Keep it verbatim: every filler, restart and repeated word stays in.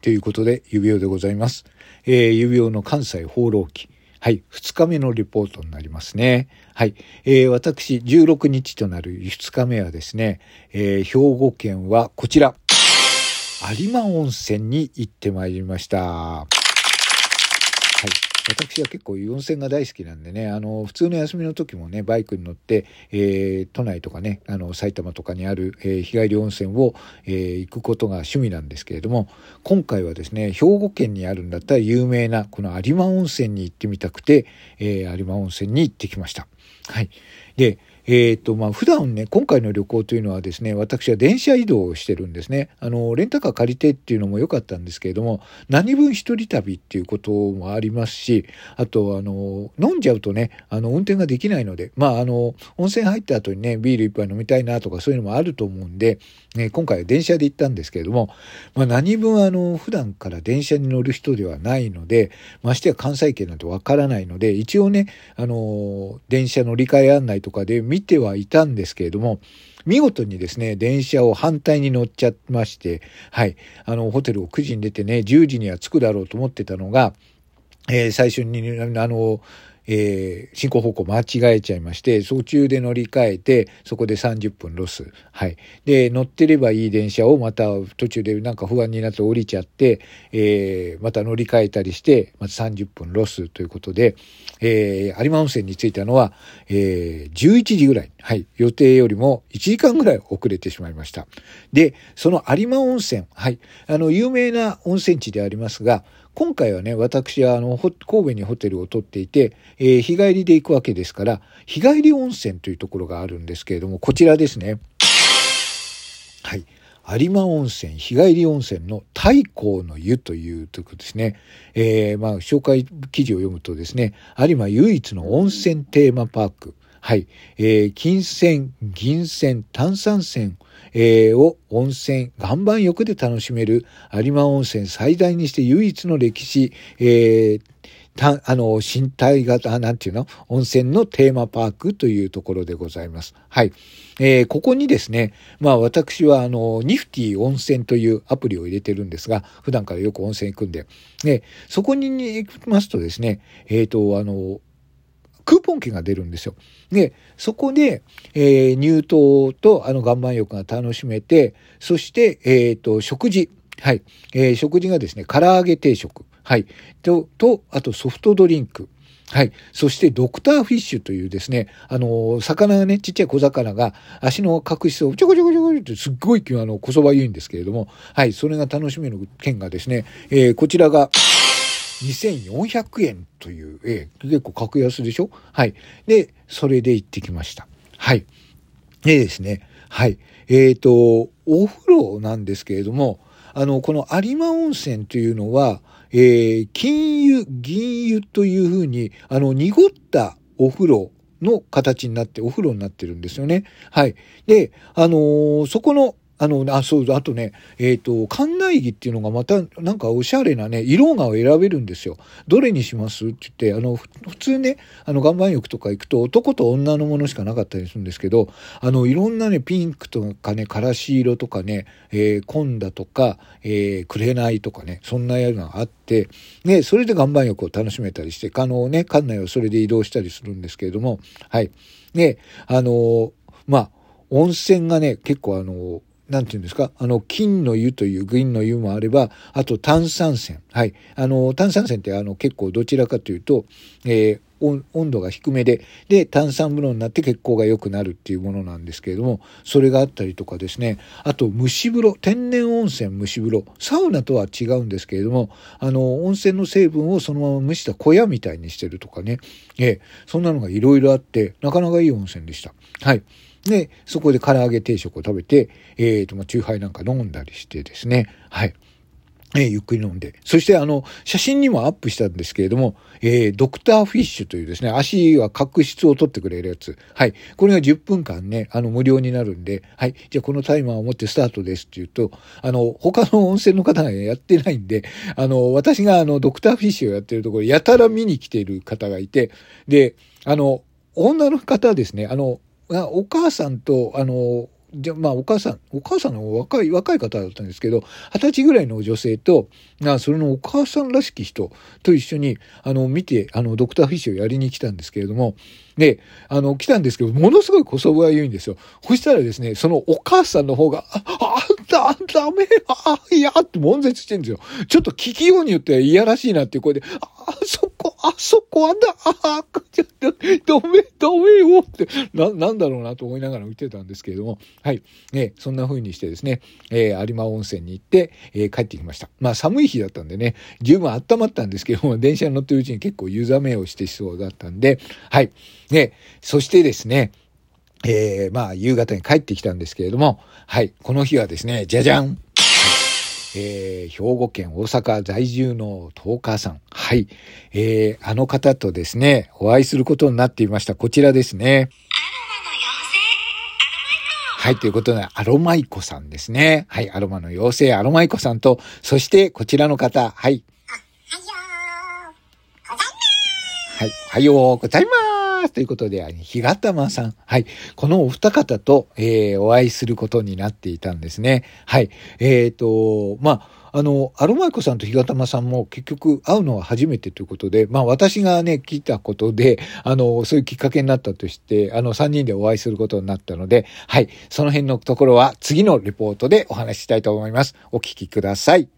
ということで、指輪でございます。えー、指輪の関西放浪記。はい。二日目のリポートになりますね。はい。えー、私、じゅうろくにちとなる二日目はですね、えー、兵庫県はこちら、有馬温泉に行ってまいりました。はい。私は結構温泉が大好きなんでね、あの、普通の休みの時もね、バイクに乗って、えー、都内とかね、あの、埼玉とかにある、えー、日帰り温泉を、えー、行くことが趣味なんですけれども、今回はですね、兵庫県にあるんだったら有名な、この有馬温泉に行ってみたくて、えー、有馬温泉に行ってきました。はい。で、えっと、まあ、普段ね、今回の旅行というのはですね、私は電車移動をしてるんですね。あの、レンタカー借りてっていうのも良かったんですけれども、何分一人旅っていうこともありますし、あと、あの、飲んじゃうとね、あの、運転ができないので、まあ、あの、温泉入った後にね、ビール一杯飲みたいなとかそういうのもあると思うんで、ね、今回は電車で行ったんですけれども、まあ、何分あの、普段から電車に乗る人ではないので、ましてや関西圏なんてわからないので、一応ね、あの、電車乗り換え案内とかで見てはいたんですけれども、見事にですね、電車を反対に乗っちゃいまして、はい、あの、ホテルをくじに出てね、じゅうじには着くだろうと思ってたのが、えー、最初に、あの、えー、進行方向間違えちゃいまして、途中で乗り換えて、そこでさんじゅっぷんロス。はい。で、乗ってればいい電車をまた途中でなんか不安になって降りちゃって、えー、また乗り換えたりして、またさんじゅっぷんロスということで、えー、有馬温泉に着いたのは、えー、じゅういちじぐらい。はい。予定よりもいちじかんぐらい遅れてしまいました。で、その有馬温泉。はい。あの、有名な温泉地でありますが、今回はね、私はあの、神戸にホテルを取っていて、えー、日帰りで行くわけですから、日帰り温泉というところがあるんですけれども、こちらですね。はい。有馬温泉、日帰り温泉の太閤の湯というところですね。えー、まあ、紹介記事を読むとですね、有馬唯一の温泉テーマパーク。はい。えー、金泉、銀泉、炭酸泉、えー、を温泉、岩盤浴で楽しめる有馬温泉最大にして唯一の歴史、えー、たあの、身体型、なんていうの温泉のテーマパークというところでございます。はい。えー、ここにですね、まあ私はあの、ニフティ温泉というアプリを入れてるんですが、普段からよく温泉行くんで、ね、そこに行きますとですね、えっと、あの、クーポン券が出るんですよ。で、そこで、えー、入湯とあの岩盤浴が楽しめて、そして、えっと、食事。はい。えー、食事がですね、唐揚げ定食。はい。と、と、あとソフトドリンク。はい。そして、ドクターフィッシュというですね、あの、魚がね、ちっちゃい小魚が足の角質をちょこちょこちょこってすっごい、あの、こそばゆいんですけれども、はい。それが楽しめる券がですね、えー、こちらが、にせんよんひゃくえんという、えー、結構格安でしょ？はい。で、それで行ってきました。はい。でですね、はい。えっと、お風呂なんですけれども、あの、この有馬温泉というのは、えー、金湯、銀湯というふうに、あの、濁ったお風呂の形になって、お風呂になってるんですよね。はい。で、あのー、そこの、あの、あ、そう、あとね、えっと、館内着っていうのがまた、なんかおしゃれなね、色がを選べるんですよ。どれにしますって言って、あの、普通ね、あの、岩盤浴とか行くと男と女のものしかなかったりするんですけど、あの、いろんなね、ピンクとかね、からし色とかね、えー、紺だとか、えー、紅とかね、そんなやつがあって、ね、それで岩盤浴を楽しめたりして、あのね、館内をそれで移動したりするんですけれども、はい。ね、あの、まあ、温泉がね、結構あの、なんていうんですか、あの、金の湯という銀の湯もあれば、あと炭酸泉。はい。あの、炭酸泉ってあの、結構どちらかというと、えー、温度が低めで、で、炭酸風呂になって血行が良くなるっていうものなんですけれども、それがあったりとかですね、あと蒸し風呂、天然温泉蒸し風呂、サウナとは違うんですけれども、あの、温泉の成分をそのまま蒸した小屋みたいにしてるとかね、えー、そんなのがいろいろあって、なかなかいい温泉でした。はい。で、そこで唐揚げ定食を食べて、えっと、まあ、チューハイなんか飲んだりしてですね、はい。えー、ゆっくり飲んで。そしてあの、写真にもアップしたんですけれども、えー、ドクターフィッシュというですね、足は角質を取ってくれるやつ。はい。これがじゅっぷんかんね、あの、無料になるんで、はい。じゃあこのタイマーを持ってスタートですって言うと、あの、他の温泉の方がやってないんで、あの、私があの、ドクターフィッシュをやってるところ、やたら見に来ている方がいて、で、あの、女の方ですね、あの、お母さんと、あの、 じゃ、まあ、お母さん、お母さんの若い、若い方だったんですけど、二十歳ぐらいの女性と、あ、それのお母さんらしき人と一緒に、あの、見て、あの、ドクターフィッシュをやりに来たんですけれども、で、あの、来たんですけど、ものすごいこそぶが言うんですよ。そしたらですね、そのお母さんの方が、あ、あんた、ダメ、あ、いや、って悶絶してるんですよ。ちょっと聞きようによってはいやらしいなっていう声で、あ、あそこ、あそこ、あんだ、あ、ちょっと、ダメ、ダメよって、な、なんだろうなと思いながら見てたんですけれども、はい。ね、そんな風にしてですね、えー、有馬温泉に行って、えー、帰ってきました。まあ、寒い日だったんでね、十分温まったんですけども、電車に乗ってるうちに結構湯冷めをしてしそうだったんで、はい。ね、そしてですね、えー、まあ、夕方に帰ってきたんですけれども、はい。この日はですね、じゃじゃん、えー、兵庫県大阪在住のトーカーさん。はい。えー、あの方とですね、お会いすることになっていました。こちらですね。はい。ということで、アロマイコさんですね。はい。アロマの妖精、アロマイコさんと、そしてこちらの方。はい。はい。おはようございます。ということで、ひがたまさん。はい。このお二方と、えー、お会いすることになっていたんですね。はい。えっと、まあ、あの、アロマイコさんとひがたまさんも結局会うのは初めてということで、まあ私がね、聞いたことで、あの、そういうきっかけになったとして、あの、三人でお会いすることになったので、はい。その辺のところは次のレポートでお話ししたいと思います。お聞きください。